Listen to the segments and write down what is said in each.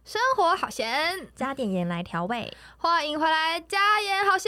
生活好咸， 加点盐来调味。 欢迎回来，加盐好咸，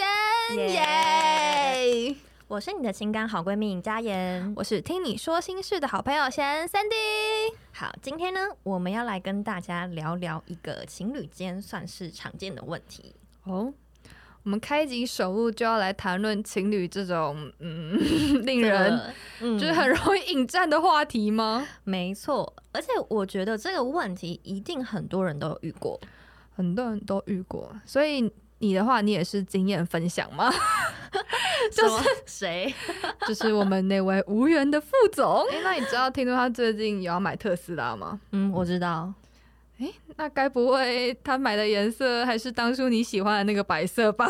耶！ 我是你的情感好闺蜜加盐， 我是听你说心事的好朋友咸 Sandy。 好，今天呢，我们要来跟大家聊聊一个情侣间算是常见的问题哦。我们开集首录就要来谈论情侣这种令人就是很容易引战的话题吗？ 没错，而且我觉得这个问题一定很多人都有遇过， 很多人都遇过，所以你的话，你也是经验分享吗？ 就是谁？ 就是我们那位无缘的副总。那你知道听说他最近有要买特斯拉吗？ 我知道。 那该不会他买的颜色还是当初你喜欢的那个白色吧？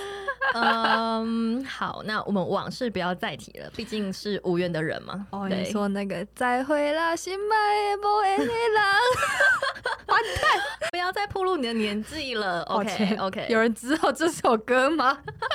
好，那我们往事不要再提了，毕竟是无缘的人嘛。 哦，你说那个再会啦，心爱的不爱的人，完蛋！ 不要再暴露你的年纪了。OK， 有人知道这首歌吗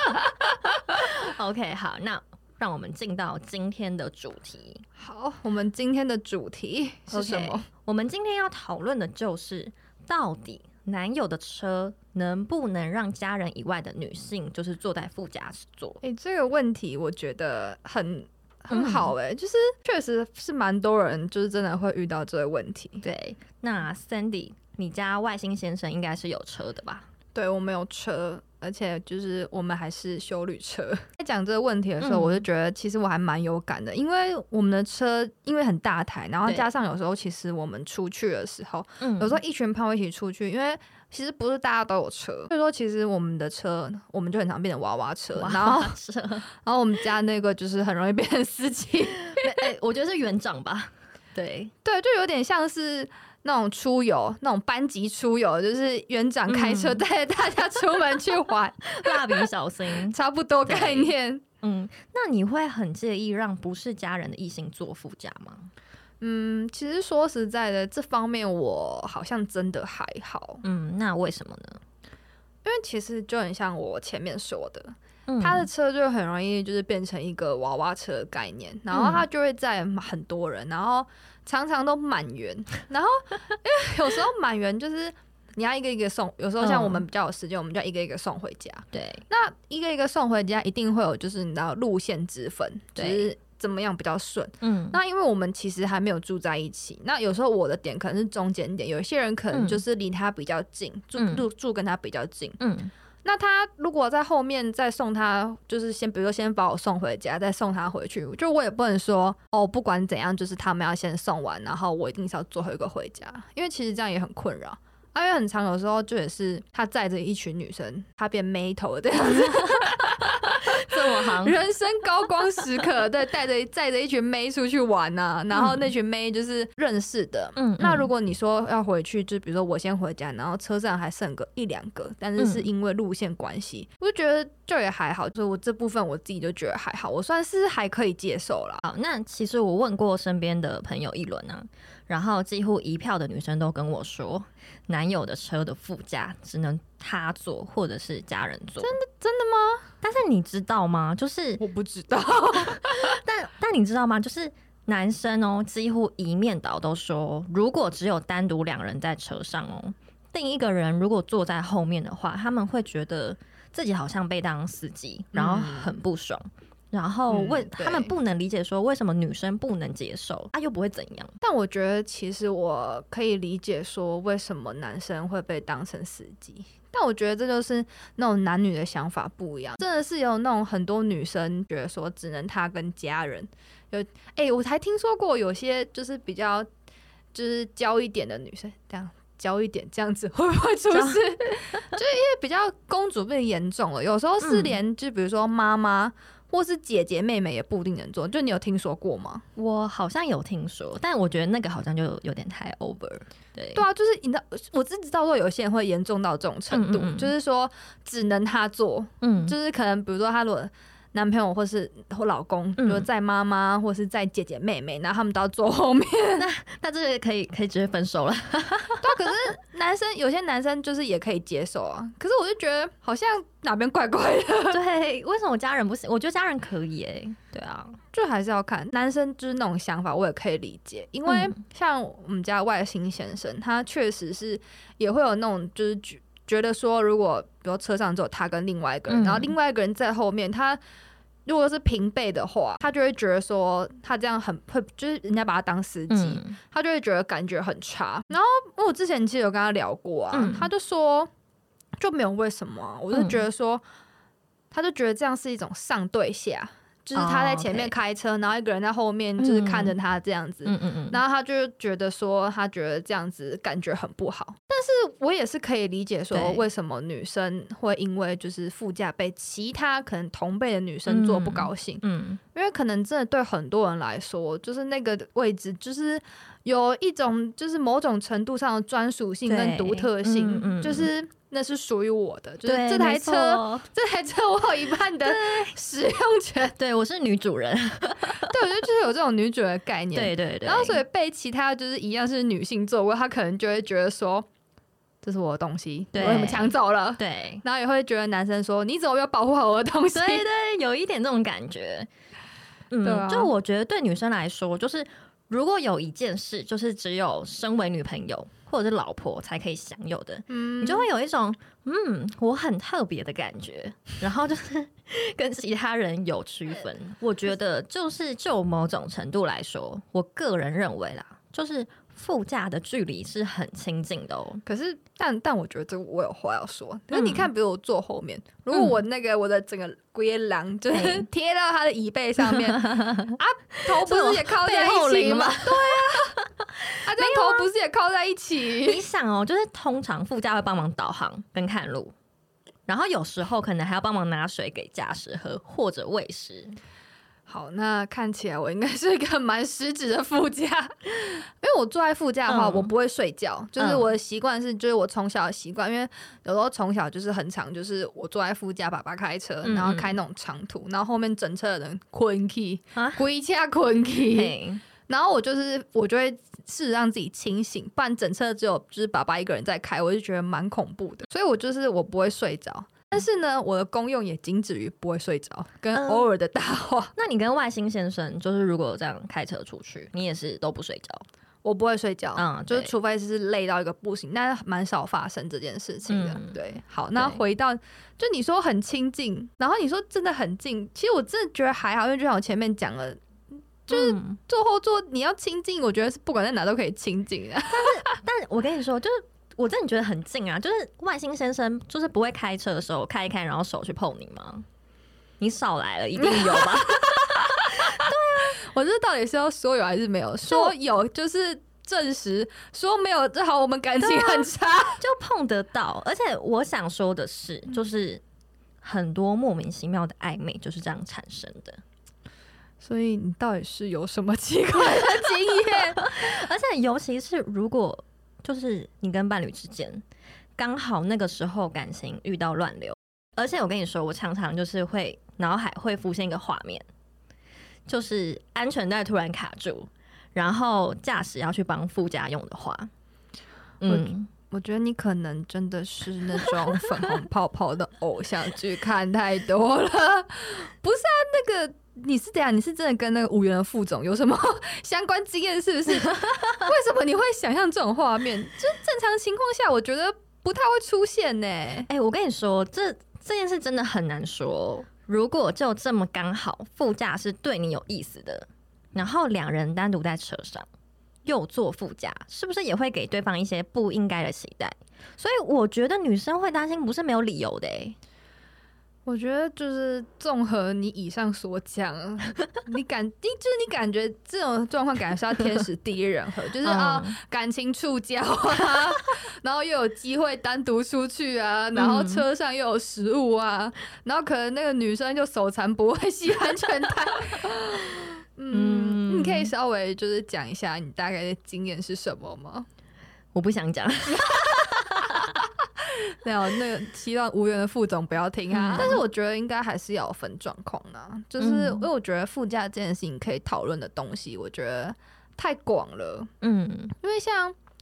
？OK， 好，那让我们进到今天的主题。 好，我们今天的主题是什么？ 我们今天要讨论的就是到底男友的车能不能让家人以外的女性就是坐在副驾驶座？ 这个问题我觉得很好就是确实是蛮多人就是真的会遇到这个问题。 对，那 Sandy， 你家外星先生应该是有车的吧？ 对，我们有车，而且就是我们还是休旅车。在讲这个问题的时候，我就觉得其实我还蛮有感的，因为我们的车因为很大台，然后加上有时候其实我们出去的时候，有时候一群朋友一起出去，因为其实不是大家都有车，所以说其实我们的车我们就很常变成娃娃车，然后我们家那个就是很容易变成司机。 我觉得是园长吧。对， 就有点像是那种出游，那种班级出游，就是园长开车带着大家出门去玩， 蜡笔小新差不多概念。 那你会很介意让不是家人的异性坐副驾吗？ 其实说实在的，这方面我好像真的还好。 那为什么呢？ 因为其实就很像我前面说的，他的车就很容易就是变成一个娃娃车的概念，然后他就会载很多人，然后常常都满员，然后因为有时候满员就是你要一个一个送，有时候像我们比较有时间，我们就要一个一个送回家。 对， 那一个一个送回家一定会有就是你知道路线之分，就是怎么样比较顺。那因为我们其实还没有住在一起，那有时候我的点可能是中间点，有些人可能就是离他比较近，住跟他比较近。那他如果在后面再送他，就是比如说先把我送回家，再送他回去，就我也不能说不管怎样，就是他们要先送完，然后我一定是要最后一个回家，因为其实这样也很困扰。因为很常有时候就也是他载着一群女生，他变妹头这样子。 这么行， 人生高光时刻，对，载着一群妹出去玩啊，然后那群妹就是认识的。那如果你说要回去，就比如说我先回家，然后车上还剩个一两个，但是是因为路线关系，我就觉得就也还好，就我这部分我自己就觉得还好，我算是还可以接受啦。 好，那其实我问过身边的朋友一轮啊，然后几乎一票的女生都跟我说，男友的车的副驾只能他坐或者是家人坐。 真的吗？ 但是你知道吗？就是我不知道。 但你知道吗？就是男生几乎一面倒都说，如果只有单独两人在车上另一个人如果坐在后面的话，他们会觉得自己好像被当司机，然后很不爽。然后他们不能理解说为什么女生不能接受，又不会怎样。 但我觉得其实我可以理解说为什么男生会被当成司机，但我觉得这就是那种男女的想法不一样，真的是有那种很多女生觉得说只能他跟家人我还听说过有些就是比较就是娇一点的女生这样。教一点这样子会不会出事？就因为比较公主病严重了，有时候是连就比如说妈妈或是姐姐妹妹也不一定能做，就你有听说过吗？ 我好像有听说，但我觉得那个好像就有点太 over。对啊，就是你知道，我只知道说有些人会严重到这种程度，就是说只能他做，就是可能比如说他如果男朋友或老公，就载妈妈或是载姐姐妹妹，然后他们都要坐后面， 那这个可以直接分手了。 对，可是有些男生就是也可以接受啊，可是我就觉得好像哪边怪怪的。 对，为什么家人不行？我觉得家人可以对啊， 就还是要看男生就是那种想法，我也可以理解，因为像我们家外星先生，他确实是也会有那种就是觉得说，如果比如车上只有他跟另外一个人，然后另外一个人在后面，他如果是平辈的话，他就会觉得说他这样很会，就是人家把他当司机，他就会觉得感觉很差。然后我之前其实有跟他聊过啊，他就说就没有为什么啊，我就觉得说，他就觉得这样是一种上对下。就是他在前面开车，然后一个人在后面就是看着他这样子，然后他就觉得说，他觉得这样子感觉很不好。但是我也是可以理解说，为什么女生会因为就是副驾被其他可能同辈的女生坐不高兴，因为可能真的对很多人来说，就是那个位置就是有一种就是某种程度上的专属性跟独特性，就是那是属于我的，就是这台车我有一半的使用权。 对，我是女主人。 对，我觉得就是有这种女主人的概念。 对对对。 然后所以被其他就是一样是女性座位，他可能就会觉得说，这是我的东西，我怎么抢走了？ 对。 然后也会觉得男生说，你怎么没有保护好我的东西？ 对对，有一点这种感觉。对啊。就我觉得对女生来说，就是如果有一件事，就是只有身为女朋友或者是老婆才可以享有的，你就会有一种我很特别的感觉，然后就是跟其他人有区分。我觉得就某种程度来说，我个人认为啦，就是副驾的距离是很亲近的哦。 可是但我觉得这个我有话要说，可是你看，比如我坐后面，如果我的整个龟狼就是贴到他的椅背上面啊，头不是也靠在一起吗？对啊，这样头不是也靠在一起？ 你想哦，就是通常副驾会帮忙导航跟看路，然后有时候可能还要帮忙拿水给驾驶喝或者喂食。 好，那看起来我应该是一个蛮实质的副驾，因为我坐在副驾的话，我不会睡觉，就是我的习惯是，就是我从小的习惯，因为有时候从小就是很常，就是我坐在副驾，爸爸开车，然后开那种长途，然后后面整车的人困起，回家困起，然后我就会试着让自己清醒，不然整车只有就是爸爸一个人在开，我就觉得蛮恐怖的，所以我不会睡着。但是呢，我的功用也仅止于不会睡着，跟偶尔的大话。 那你跟外星先生，就是如果这样开车出去，你也是都不睡觉？ 我不会睡觉，就是除非是累到一个不行，但是蛮少发生这件事情的。对，好，那回到就你说很亲近，然后你说真的很近，其实我真的觉得还好，因为就像我前面讲了。就是坐后座你要亲近，我觉得是不管在哪都可以亲近的。 但我跟你说，就是我真的觉得很近啊！就是外星先生，就是不会开车的时候开一开，然后手去碰你吗？你少来了，一定有吧？ 对啊，我这到底是要说有还是没有？说有就是证实，说没有正好我们感情很差， 就碰得到。而且我想说的是，就是很多莫名其妙的暧昧就是这样产生的。 所以你到底是有什么奇怪的经验？ 而且尤其是如果就是你跟伴侣之间刚好那个时候感情遇到乱流，而且我跟你说，我常常就是会脑海会浮现一个画面，就是安全带突然卡住，然后驾驶要去帮副驾用的话， 我觉得你可能真的是那种粉红泡泡的偶像剧看太多了。不是啊，那个你是怎样？你是真的跟那个无缘的副总有什么相关经验是不是？为什么你会想象这种画面？就是正常情况下，我觉得不太会出现呢。 我跟你说，这件事真的很难说。如果就这么刚好副驾是对你有意思的，然后两人单独在车上又坐副驾，是不是也会给对方一些不应该的期待？所以我觉得女生会担心不是没有理由的。 我觉得就是综合你以上所讲，你感觉这种状况感觉是要天时地利人和，就是感情触礁啊，然后又有机会单独出去啊，然后车上又有食物啊，然后可能那个女生就手残不会系安全带。你可以稍微就是讲一下你大概的经验是什么吗？ 我不想讲。 没有，那个希望无缘的副总不要听啊。但是我觉得应该还是要分状况啦，就是因为我觉得副驾这件事情可以讨论的东西，我觉得太广了。因为像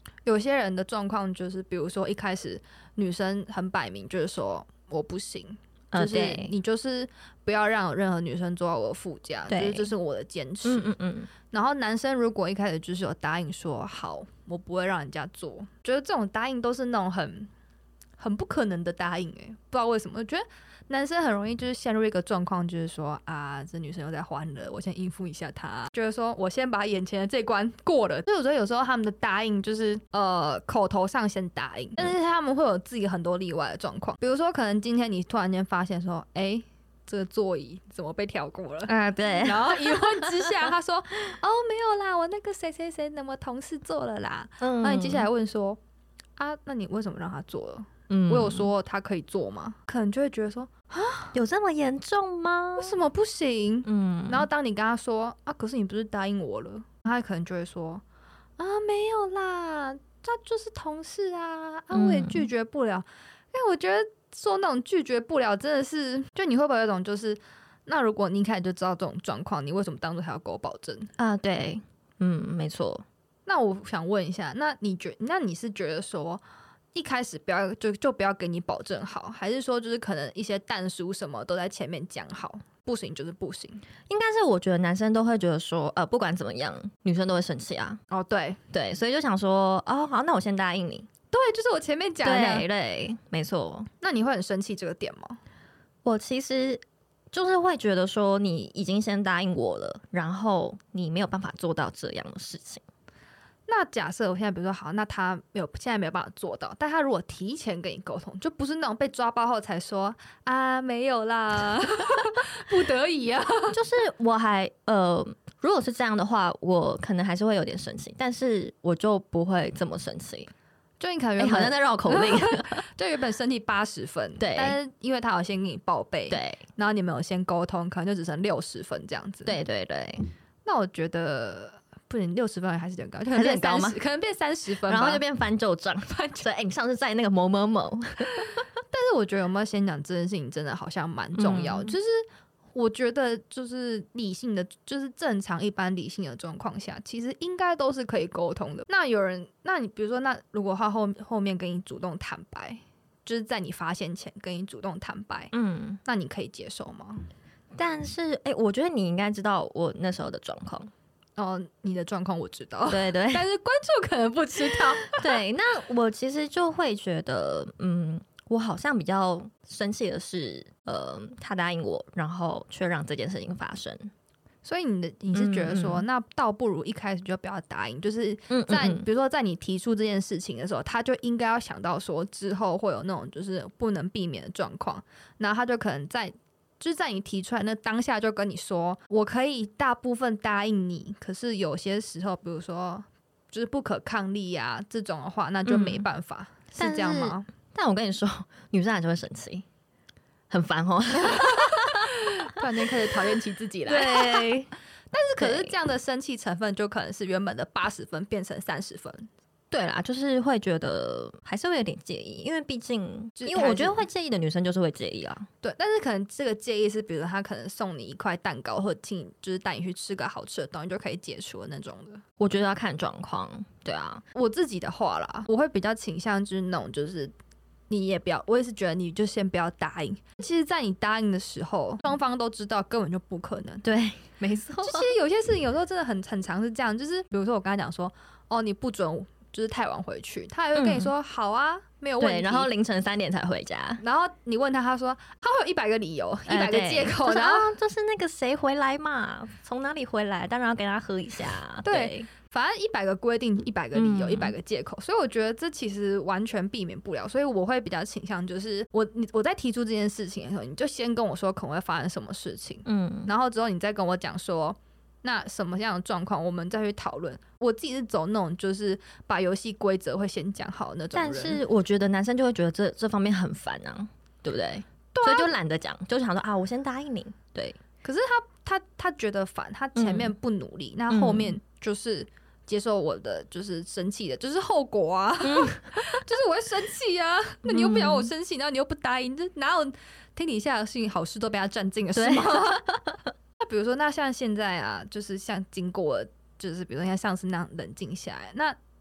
有些人的状况就是，比如说一开始女生很摆明就是说我不行，就是你就是不要让任何女生坐到我的副驾，就是这是我的坚持。然后男生如果一开始就是有答应说好，我不会让人家坐，觉得这种答应都是那种很不可能的答应，不知道为什么，我觉得男生很容易就是陷入一个状况，就是说啊，这女生又在欢了，我先应付一下她，就是说我先把眼前的这关过了。所以我觉得有时候他们的答应就是口头上先答应，但是他们会有自己很多例外的状况，比如说可能今天你突然间发现说，这个座椅怎么被调过了啊？对， 然后一问之下，他说哦没有啦，我那个谁谁谁那么同事坐了啦。那你接下来问说啊，那你为什么让他坐了？我有说他可以做吗？可能就会觉得说啊， 有这么严重吗？ 为什么不行？然后当你跟他说啊，可是你不是答应我了，他可能就会说啊，没有啦，他就是同事啊，我也拒绝不了。因为我觉得说那种拒绝不了，真的是，就你会不会有一种就是，那如果你一开始就知道这种状况，你为什么当初还要给我保证啊？对，没错。 那我想问一下，那你是觉得说？一开始不要就不要给你保证好，还是说就是可能一些但书什么都在前面讲好，不行就是不行？ 应该是我觉得男生都会觉得说，不管怎么样，女生都会生气啊。 哦，对， 所以就想说，哦，好，那我先答应你。 对，就是我前面讲的， 对，没错。 那你会很生气这个点吗？ 我其实就是会觉得说，你已经先答应我了，然后你没有办法做到这样的事情。 那假设我现在比如说好，那他现在没有办法做到，但他如果提前跟你沟通，就不是那种被抓包后才说啊没有啦，不得已啊， 就是我还如果是这样的话，我可能还是会有点生气，但是我就不会这么生气。 就你可能原本好像在绕口令， 就原本身体80分， 对， 但是因为他有先跟你报备， 对， 然后你们有先沟通，可能就只剩60分这样子。 对， 那我觉得。不行，60分还是有点高， 还是很高吗？ 可能变30分， 然后就变翻旧账。你上次在那个某某某， 但是我觉得有没有先讲这件事情，真的好像蛮重要。就是我觉得，就是理性的，就是正常一般理性的状况下，其实应该都是可以沟通的。那你比如说，那如果他后面跟你主动坦白，就是在你发现前跟你主动坦白，那你可以接受吗？ 但是，我觉得你应该知道我那时候的状况。 你的状况我知道， 对， 但是观众可能不知道。 对，那我其实就会觉得，我好像比较生气的是，他答应我，然后却让这件事情发生。 所以你是觉得说，那倒不如一开始就不要答应，就是比如说在你提出这件事情的时候，他就应该要想到说之后会有那种就是不能避免的状况，然后他就可能就是在你提出来那当下就跟你说，我可以大部分答应你，可是有些时候，比如说就是不可抗力啊这种的话，那就没办法，是这样吗？ 但我跟你说，女生还是会生气，很烦哦。 突然间开始讨厌起自己来。 对， 但是可是这样的生气成分就可能是原本的80分变成30分。 对啦，就是会觉得还是会有点介意，因为毕竟，因为我觉得会介意的女生就是会介意啊。 对，但是可能这个介意是，比如他可能送你一块蛋糕，或者就是带你去吃个好吃的东西就可以解除的那种的。 我觉得要看状况。对啊， 我自己的话啦，我会比较倾向就是那种，就是你也不要，我也是觉得你就先不要答应。其实，在你答应的时候，双方都知道根本就不可能。 对，没错。 就其实有些事情有时候真的很常是这样，就是比如说我跟他讲说，你不准。就是太晚回去，他还会跟你说、好啊，没有问题。 对，然后凌晨3点才回家。 然后你问他，他说他会有100个理由，100个借口。然后就是那个谁回来嘛，从哪里回来，当然要给他喝一下。对， 反正100个规定，100个理由，100个借口。所以我觉得这其实完全避免不了。所以我会比较倾向就是我在提出这件事情的时候，你就先跟我说可能会发生什么事情，然后之后你再跟我讲说。那什么样的状况，我们再去讨论。我自己是走那种，就是把游戏规则会先讲好那种人。 但是我觉得男生就会觉得这方面很烦啊，对不对？对啊，所以就懒得讲，就想说啊，我先答应你。对。 可是他觉得烦，他前面不努力，那后面就是接受我的就是生气的，就是后果啊，就是我会生气啊。那你又不想我生气，然后你又不答应，这哪有天底下的事情好事都被他占尽了是吗？那比如说，那像现在啊，就是像经过，就是比如说像上次那样冷静下来，那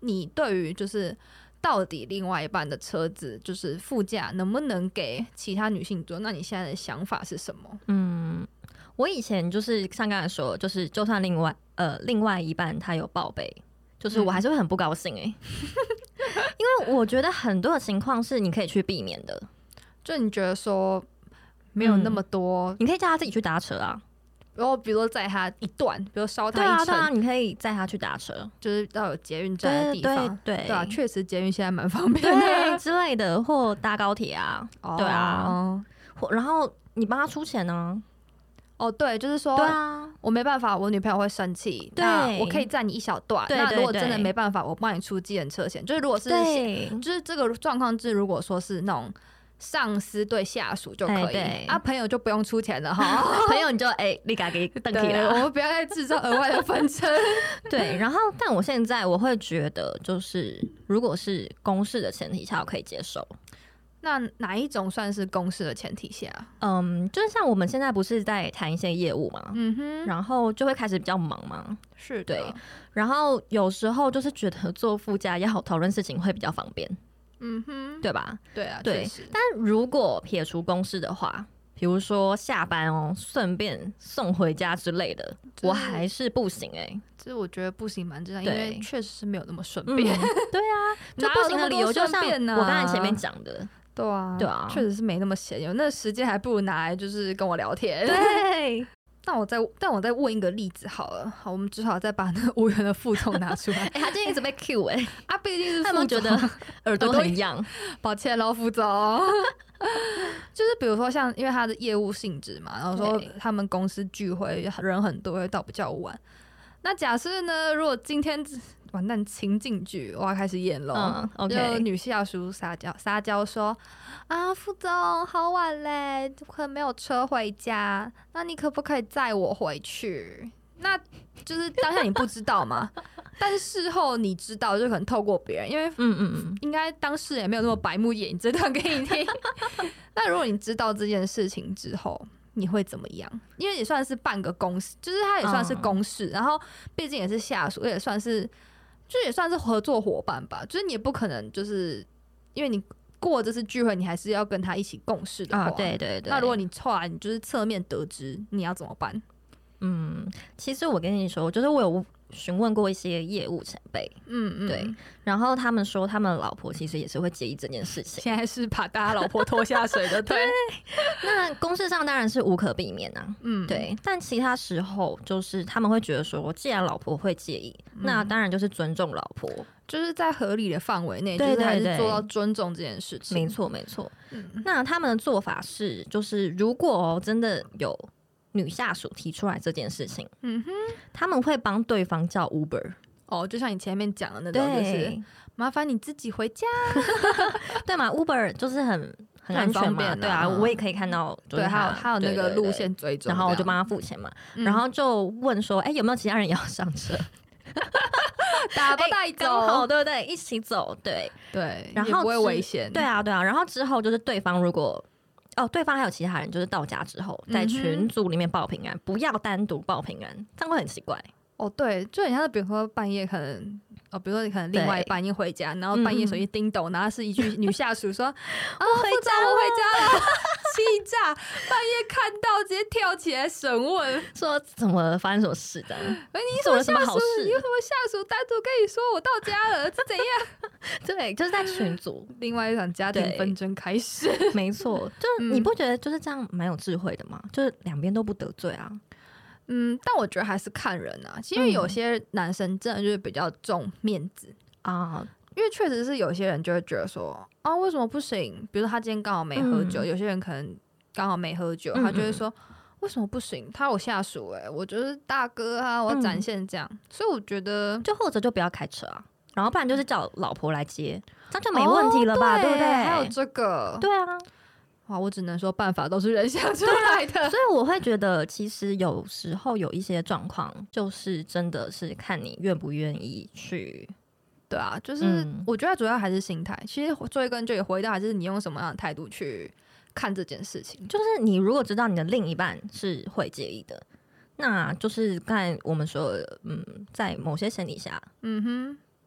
你对于就是到底另外一半的车子就是副驾能不能给其他女性坐？那你现在的想法是什么？ 我以前就是像刚才说，就是就算另外一半他有报备，就是我还是会很不高兴因为我觉得很多的情况是你可以去避免的， 就你觉得说没有那么多， 你可以叫他自己去搭车啊。 然后比如说载他一段，比如烧他一程， 对啊，你可以载他去搭车， 就是到有捷运站的地方， 对啊，确实捷运现在蛮方便的之类的，或搭高铁啊，对啊，然后你帮他出钱呢？ 对，就是说， 对啊， 我没办法，我女朋友会生气，那我可以载你一小段。那如果真的没办法，我帮你出计程车钱。就是如果是，就是这个状况是，如果说是那种上司对下属就可以，朋友就不用出钱了哈。 朋友你就立刻给登记了， 我们不要再制造额外的纷争。 对，然后但我现在我会觉得，就是如果是公事的前提下，我可以接受。 那哪一种算是公事的前提下？ 就是像我们现在不是在谈一些业务嘛，然后就会开始比较忙嘛， 是的， 对，然后有时候就是觉得坐副驾要讨论事情会比较方便，对吧？ 对啊， 对。但如果撇除公事的话，比如说下班顺便送回家之类的，我还是不行这我觉得不行蛮正常，因为确实是没有那么顺便。 对啊，就不行的理由就像我刚才前面讲的。 对啊，确实是没那么闲，有那时间还不如拿来就是跟我聊天。 对， 但我再问一个例子好了，好，我们只好再把那个无缘的副总拿出来。 他今天一直被 Q 毕竟是副总， 他们觉得耳朵很痒。 抱歉咯，副总。就是比如说像因为他的业务性质嘛，然后说他们公司聚会人很多，会到比较晚。那假设呢，如果今天完蛋情境剧，我要开始演了。就女下属撒娇说：“啊，副总好晚嘞，可能没有车回家，那你可不可以载我回去？”那就是当下你不知道嘛，但是事后你知道，就可能透过别人，因为应该当事人也没有那么白目演这段给你听。那如果你知道这件事情之后，你会怎么样？因为也算是半个公事，就是他也算是公事，然后毕竟也是下属，也算是合作伙伴吧。就是你也不可能就是因为你过这次聚会，你还是要跟他一起共事的话， 对。那如果你后来你就是侧面得知，你要怎么办？ 其实我跟你说，就是我有询问过一些业务前辈，对，然后他们说他们老婆其实也是会介意这件事情。 现在是把大家老婆拖下水的，对。 那公事上当然是无可避免啊，对。但其他时候就是他们会觉得说，既然老婆会介意，那当然就是尊重老婆， 就是在合理的范围内，就是还是做到尊重这件事情。 没错，没错。那他们的做法是，就是如果真的有女下属提出来这件事情，他们会帮对方叫 Uber。 就像你前面讲的那种，就是麻烦你自己回家， 对嘛 ？Uber 就是很安全嘛，对啊，我也可以看到， 对，还有那个路线追踪， 然后我就帮他付钱嘛，然后就问说，有没有其他人也要上车？ 大家都带走， 对不对？一起走，对， 然后不会危险， 对啊。然后之后就是对方如果对方还有其他人，就是到家之后在群组里面报平安，不要单独报平安，这样会很奇怪。 对，就很像是比如说半夜可能比如说你可能另外半夜回家，然后半夜手机叮咚，然后是一句女下属说：“我回家了。”气炸！半夜看到直接跳起来审问， 说怎么发生什么事的？ 你做了什么好事？你有什么下属单独跟你说我到家了？是怎样？ 对，就是在群组， 另外一场家庭纷争开始。 没错，就你不觉得就是这样蛮有智慧的吗？就是两边都不得罪啊。 但我觉得还是看人啊，因为有些男生真的就是比较重面子啊，因为确实是有些人就会觉得说为什么不行？比如说他今天刚好没喝酒，有些人可能刚好没喝酒，他就会说为什么不行？他有下属我就是大哥啊，我要展现这样，所以我觉得就或者就不要开车啊，然后不然就是叫老婆来接，这样就没问题了吧？对不对？ 还有这个， 对啊。 哇，我只能说办法都是人想出来的， 所以我会觉得其实有时候有一些状况就是真的是看你愿不愿意去， 对啊，就是我觉得主要还是心态，其实追根究底回到还是你用什么样的态度去看这件事情。 就是你如果知道你的另一半是会介意的，那就是刚才我们说的在某些前提下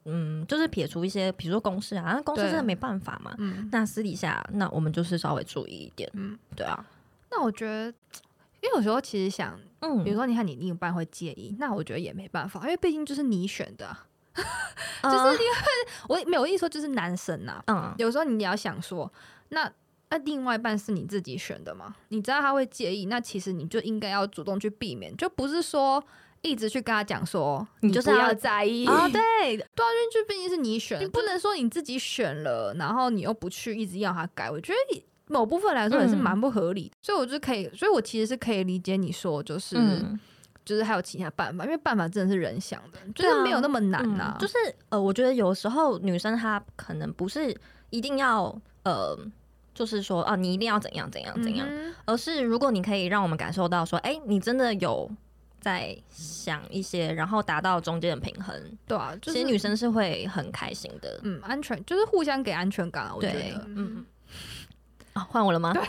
就是撇除一些，比如说公事啊，公事真的没办法嘛。那私底下，那我们就是稍微注意一点。对啊。 那我觉得，因为有时候其实想，比如说你看你另一半会介意，那我觉得也没办法，因为毕竟就是你选的、啊。就是因为我没有意思说就是男生啊，有时候你要想说，那另外一半是你自己选的嘛？你知道他会介意，那其实你就应该要主动去避免，就不是说一直去跟他讲说你就是要在意啊，对对啊，因为就毕竟是你选的，你不能说你自己选了，然后你又不去一直要他改，我觉得某部分来说也是蛮不合理的，所以我就可以，所以我其实是可以理解你说就是还有其他办法，因为办法真的是人想的，就是没有那么难啊。 就是我觉得有时候女生她可能不是一定要就是说你一定要怎样怎样怎样，而是如果你可以让我们感受到说，你真的有在想一些，然后达到中间的平衡， 对啊， 其实女生是会很开心的。 安全就是互相给安全感，我觉得。 换我了吗？ 对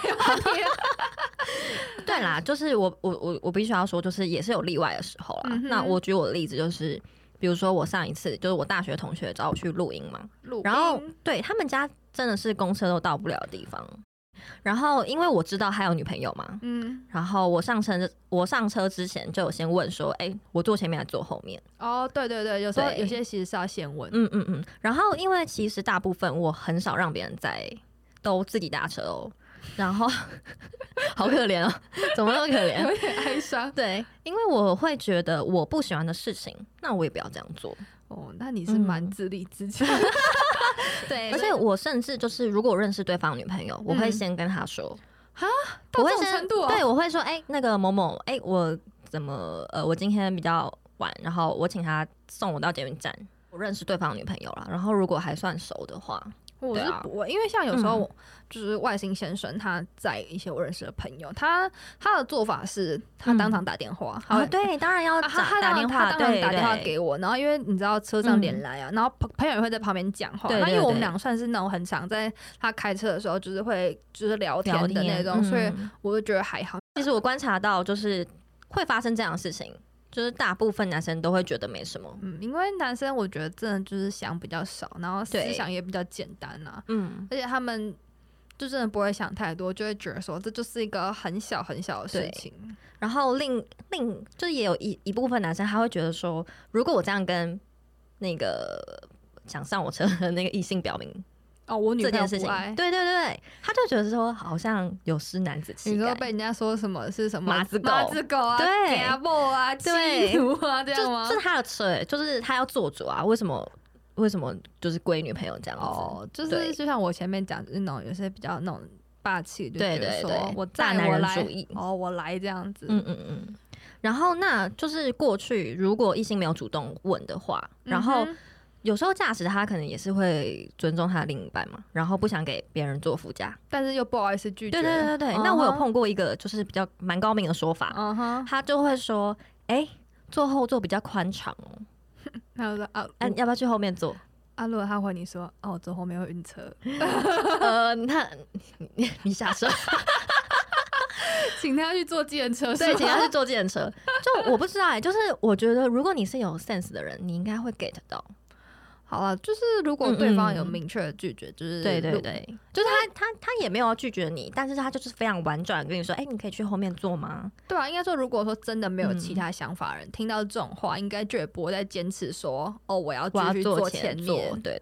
对啦，就是我必须要说，就是也是有例外的时候啦。那我举我的例子，就是比如说我上一次就是我大学同学找我去露营嘛，然后对他们家真的是公车都到不了的地方。然后因为我知道他有女朋友嘛，然后我上车之前就有先问说，我坐前面还是坐后面？ 哦，对对对，有时候有些其实是要先问， 然后因为其实大部分我很少让别人都自己搭车哦，然后好可怜哦，怎么那么可怜？ 有点哀伤。 对，因为我会觉得我不喜欢的事情，那我也不要这样做。 那你是蛮自立自强。 对，而且我甚至就是，如果我认识对方的女朋友，我会先跟她说， 到这种程度对，我会说，那个某某，我我今天比较晚，然后我请他送我到捷运站。我认识对方的女朋友了，然后如果还算熟的话。 我是不会，因为像有时候就是外星先生他在一些我认识的朋友，他的做法是他当场打电话， 对，当然要打电话， 他当然打电话给我，然后因为你知道车上连来啊，然后朋友也会在旁边讲话，那因为我们俩算是那种很常在他开车的时候就是会就是聊天的那种，所以我就觉得还好。 其实我观察到就是会发生这样的事情。就是大部分男生都会觉得没什么， 因为男生我觉得真的就是想比较少，然后思想也比较简单啊，而且他们就真的不会想太多，就会觉得说这就是一个很小很小的事情。 然后另就是也有一部分男生他会觉得说，如果我这样跟那个想上我车的那个异性表明。 我女朋友不爱，对对对，他就觉得说好像有失男子气概。 你说被人家说什么是什么马子狗啊， 对 ，gay 啊，欺负啊，这样吗？ 这是他的车，就是他要做主啊，为什么就是归女朋友这样子？ 就是就像我前面讲，就是那种有些比较那种霸气，就觉得说我大男人主义， 我来这样子， 然后那就是过去如果异性没有主动问的话，然后。有时候驾驶他可能也是会尊重他的另一半嘛，然后不想给别人坐副驾， 但是又不好意思拒绝。 对。那我有碰过一个就是比较蛮高明的说法，他就会说，坐后座比较宽敞哦。 他就说要不要去后面坐？ 如果他回你说，我坐后面会晕车。 那你下车。 请他去坐计程车， 对，请他去坐计程车。就我不知道就是我觉得如果你是有 sense 的人，你应该会 get 到。 好了，就是如果对方有明确的拒绝，就是对，就是他也没有要拒绝你，但是他就是非常婉转跟你说，你可以去后面坐吗？ 对啊，应该说如果说真的没有其他想法的人，听到这种话，应该就也不会再坚持说，我要继续坐前面。 对，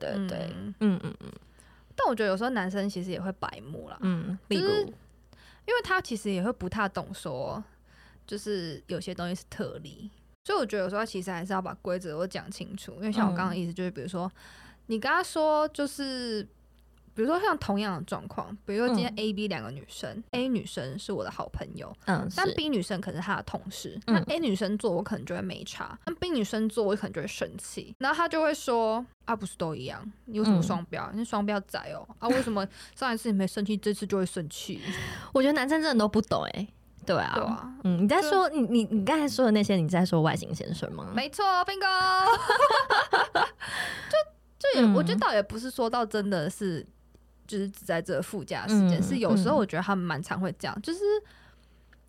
但我觉得有时候男生其实也会白目啦， 例如， 因为他其实也会不太懂说，就是有些东西是特例。所以我觉得有时候其实还是要把规则都讲清楚，因为像我刚刚的意思就是，比如说你跟他说，就是比如说像同样的状况，比如说今天 A、B 两个女生，A 女生是我的好朋友，但 B 女生可能是她的同事，那 A 女生做我可能就会没差，那 B 女生做我可能就会生气，然后他就会说不是都一样，你有什么双标？你是双标仔哦，为什么上一次你没生气，这次就会生气？ 我觉得男生真的都不懂对啊，你在说你刚才说的那些，你在说外星先生吗？ 没错 ，bingo。就也，我觉得倒也不是说到真的是，就是只在这副驾时间，是有时候我觉得他们蛮常会这样，就是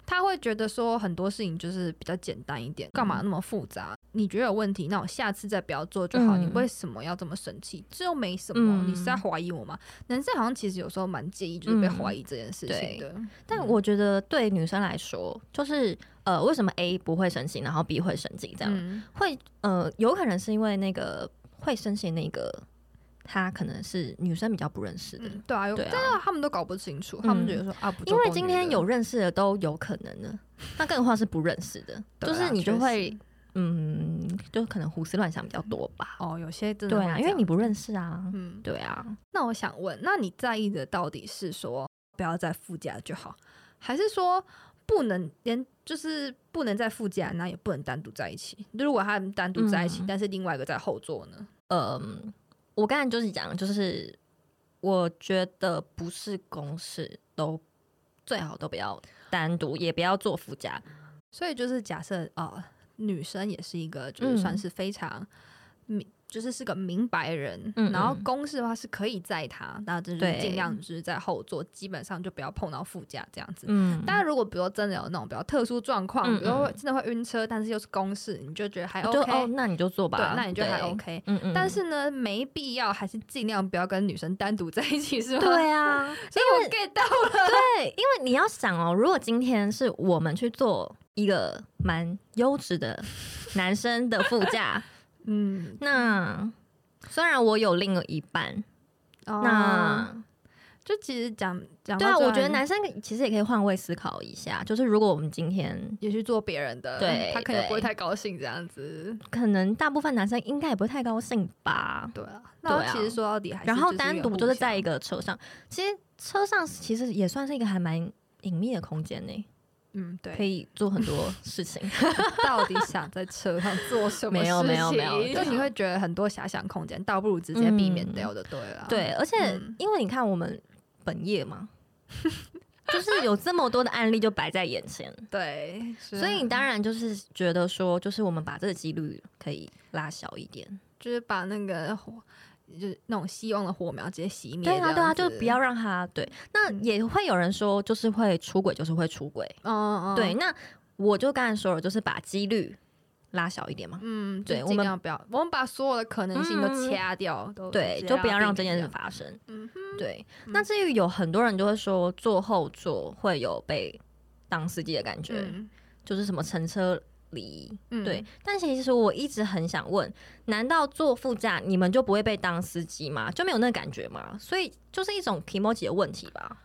他会觉得说很多事情就是比较简单一点，干嘛那么复杂？你觉得有问题，那我下次再不要做就好。你为什么要这么生气？这又没什么，你是在怀疑我吗？男生好像其实有时候蛮介意就是被怀疑这件事情的。 但我觉得对女生来说，就是为什么 A 不会生气，然后 B 会生气？这样、会有可能是因为那个会生气那个。他可能是女生比较不认识的， 对啊，但是他们都搞不清楚，他们觉得说啊，不， 因为今天有认识的都有可能的，那更何况是不认识的，就是你就会就可能胡思乱想比较多吧。 有些真的对啊，因为你不认识啊，对啊。 那我想问，那你在意的到底是说不要在副驾就好，还是说不能就是不能在副驾，那也不能单独在一起？如果他们单独在一起，但是另外一个在后座呢？ 我刚才就是讲，就是我觉得不是公事都最好都不要单独，也不要坐副驾。 所以就是假设女生也是一个就是算是非常就是个明白人，然后公事的话是可以载他，那就是尽量就是在后座，基本上就不要碰到副驾这样子。但是如果比如真的有那种比较特殊状况，比如真的会晕车，但是又是公事，你就觉得还 OK， 那你就坐吧。 对，那你觉得还 OK。但是呢，没必要，还是尽量不要跟女生单独在一起，是吗？ 对啊， 所以我 get 到了。 对，因为你要想哦，如果今天是我们去做一个蛮优质的男生的副驾。那虽然我有另一半，那就其实讲对啊，我觉得男生其实也可以换位思考一下，就是如果我们今天也去做别人的， 对， 他可能不会太高兴这样子， 可能大部分男生应该也不会太高兴吧。 对啊，那其实说到底还是然后单独就是在一个车上，其实车上其实也算是一个还蛮隐秘的空间呢。 对， 可以做很多事情。 到底想在车上做什么事情？ 没有， 就你会觉得很多遐想空间，倒不如直接避免掉就对了。 对，而且因为你看我们本业嘛，就是有这么多的案例就摆在眼前， 对， 所以你当然就是觉得说，就是我们把这个几率可以拉小一点， 就是把那个。就是那种希望的火苗直接熄灭。 对啊，就不要让他对。那也会有人说，就是会出轨，就是会出轨。对。那我就刚才说了，就是把几率拉小一点嘛。 对，我们不要，我们把所有的可能性都掐掉， 对，就不要让这件事发生。对。那至于有很多人就会说，坐后座会有被当司机的感觉，就是什么乘车。对，但其实我一直很想问，难道坐副驾你们就不会被当司机吗？就没有那个感觉吗？所以就是一种 kimoji 的问题吧。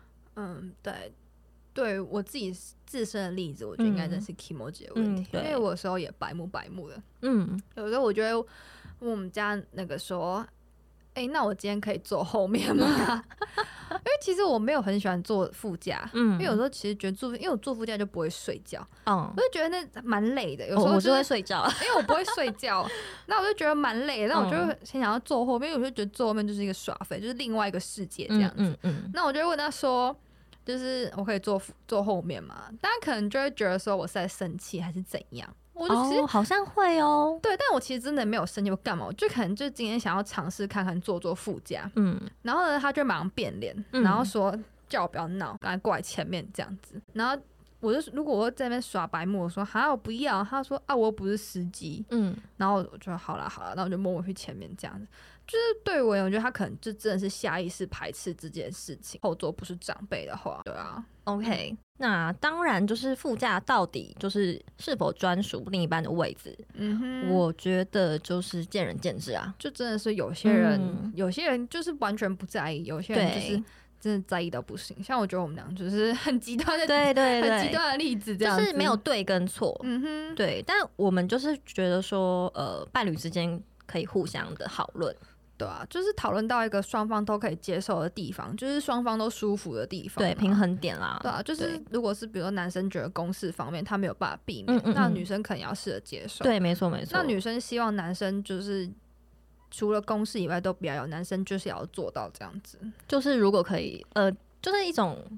对我自己自身的例子，我觉得应该真是 kimoji 的问题，因为我有时候也白目的。有时候我觉得我们家那个说，那我今天可以坐后面吗？因为其实我没有很喜欢坐副驾，因为有时候其实觉得因为我坐副驾就不会睡觉，我就觉得那蛮累的。有时候我是会睡觉， 因为我不会睡觉，那我就觉得蛮累的。那我就先想要坐后面，因为我就觉得坐后面就是一个耍废，就是另外一个世界这样子。那我就问他说，就是我可以坐后面吗？大家可能就会觉得说我是在生气还是怎样。我就其实好像会对， 但我其实真的没有生气，我干嘛？我就可能就今天想要尝试看看坐副驾，然后呢，他就马上变脸，然后说叫我不要闹，赶快过来前面这样子。然后如果我在那边耍白目，我说我不要，他说我又不是司机，然后我就好啦，那我就默默去前面这样子。就是对我觉得他可能就真的是下意识排斥这件事情。后座不是长辈的话，对啊 ，OK。那当然，就是副驾到底是否专属另一半的位置，我觉得就是见仁见智啊。 就真的是有些人就是完全不在意，有些人就是真的在意到不行。像我觉得我们俩就是很极端的， 对， 很极端的例子，这样子就是没有对跟错，对。但我们就是觉得说，伴侣之间可以互相的讨论。 对啊，就是讨论到一个双方都可以接受的地方，就是双方都舒服的地方， 对，平衡点啦。 对啊，就是如果是比如说男生觉得公事方面他没有办法避免，那女生可能要试着接受。 对，没错。 那女生希望男生就是除了公事以外都不要有，男生就是要做到这样子。 就是如果可以，就是一种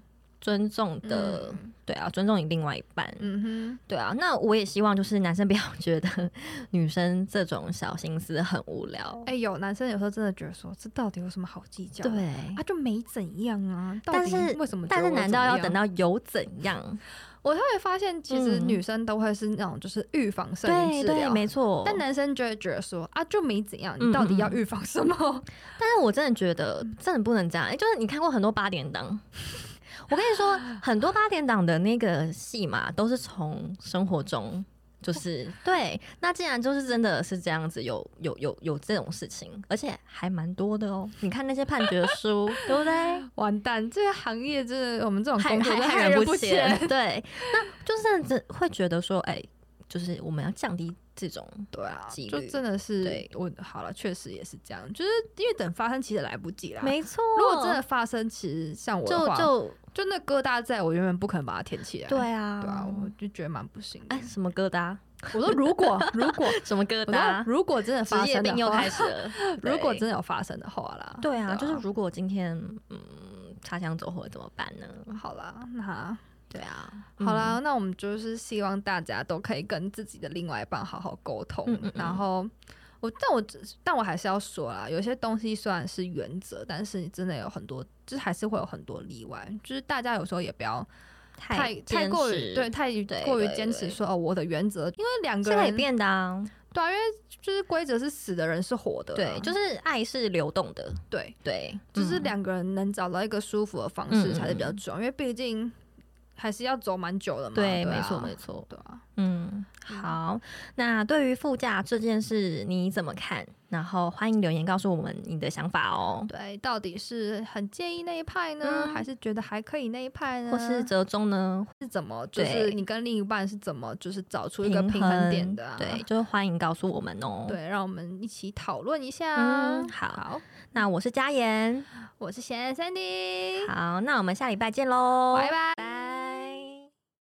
尊重的，对啊，尊重你另外一半，对啊。那我也希望就是男生不要觉得女生这种小心思很无聊。 有男生有时候真的觉得说，这到底有什么好计较？ 对， 就没怎样啊。 但是为什么？ 但是难道要等到有怎样？ 我会发现，其实女生都会是那种就是预防胜于治疗， 对，没错。 但男生就会觉得说就没怎样，你到底要预防什么？ 但是我真的觉得真的不能这样。就是你看过很多8点档，我跟你说，很多8点档的那个戏嘛，都是从生活中。就是对，那既然就是真的是这样子，有这种事情，而且还蛮多的哦。你看那些判决书，对不对？ 完蛋，这个行业真的，我们这种工作害人不浅。 对，那就是会觉得说，就是我们要降低这种几率， 就真的是我好了，确实也是这样，就是因为等发生其实来不及啦。 没错， 如果真的发生，其实像我的话，就那疙瘩在我原本不可能把它填起来。 对啊， 我就觉得蛮不幸的。 什么疙瘩？ 我说如果什么疙瘩？ 如果真的发生的话， 又开始了。 如果真的有发生的话啦， 对啊，就是如果今天擦枪走火怎么办呢？ 好啦，那。 对啊， 好啦，那我们就是希望大家都可以跟自己的另外一半好好沟通。然后但我还是要说啦，有些东西虽然是原则，但是真的有很多，就是还是会有很多例外。就是大家有时候也不要太过于坚持说我的原则，因为两个人是可以变的啊。 对啊，因为就是规则是死的，人是活的。 对，就是爱是流动的。 对， 就是两个人能找到一个舒服的方式才是比较重要，因为毕竟。还是要走蛮久的嘛。 对，没错， 对啊。 好，那对于副驾这件事你怎么看？然后欢迎留言告诉我们你的想法哦。 对，到底是很介意那一派呢，还是觉得还可以那一派呢？ 或是折中呢？ 是怎么？就是你跟另一半是怎么就是找出一个平衡点的？ 对，就是欢迎告诉我们哦。 对，让我们一起讨论一下。 好，那我是嘉妍， 我是贤 Sandy。 好，那我们下礼拜见喽， 拜拜。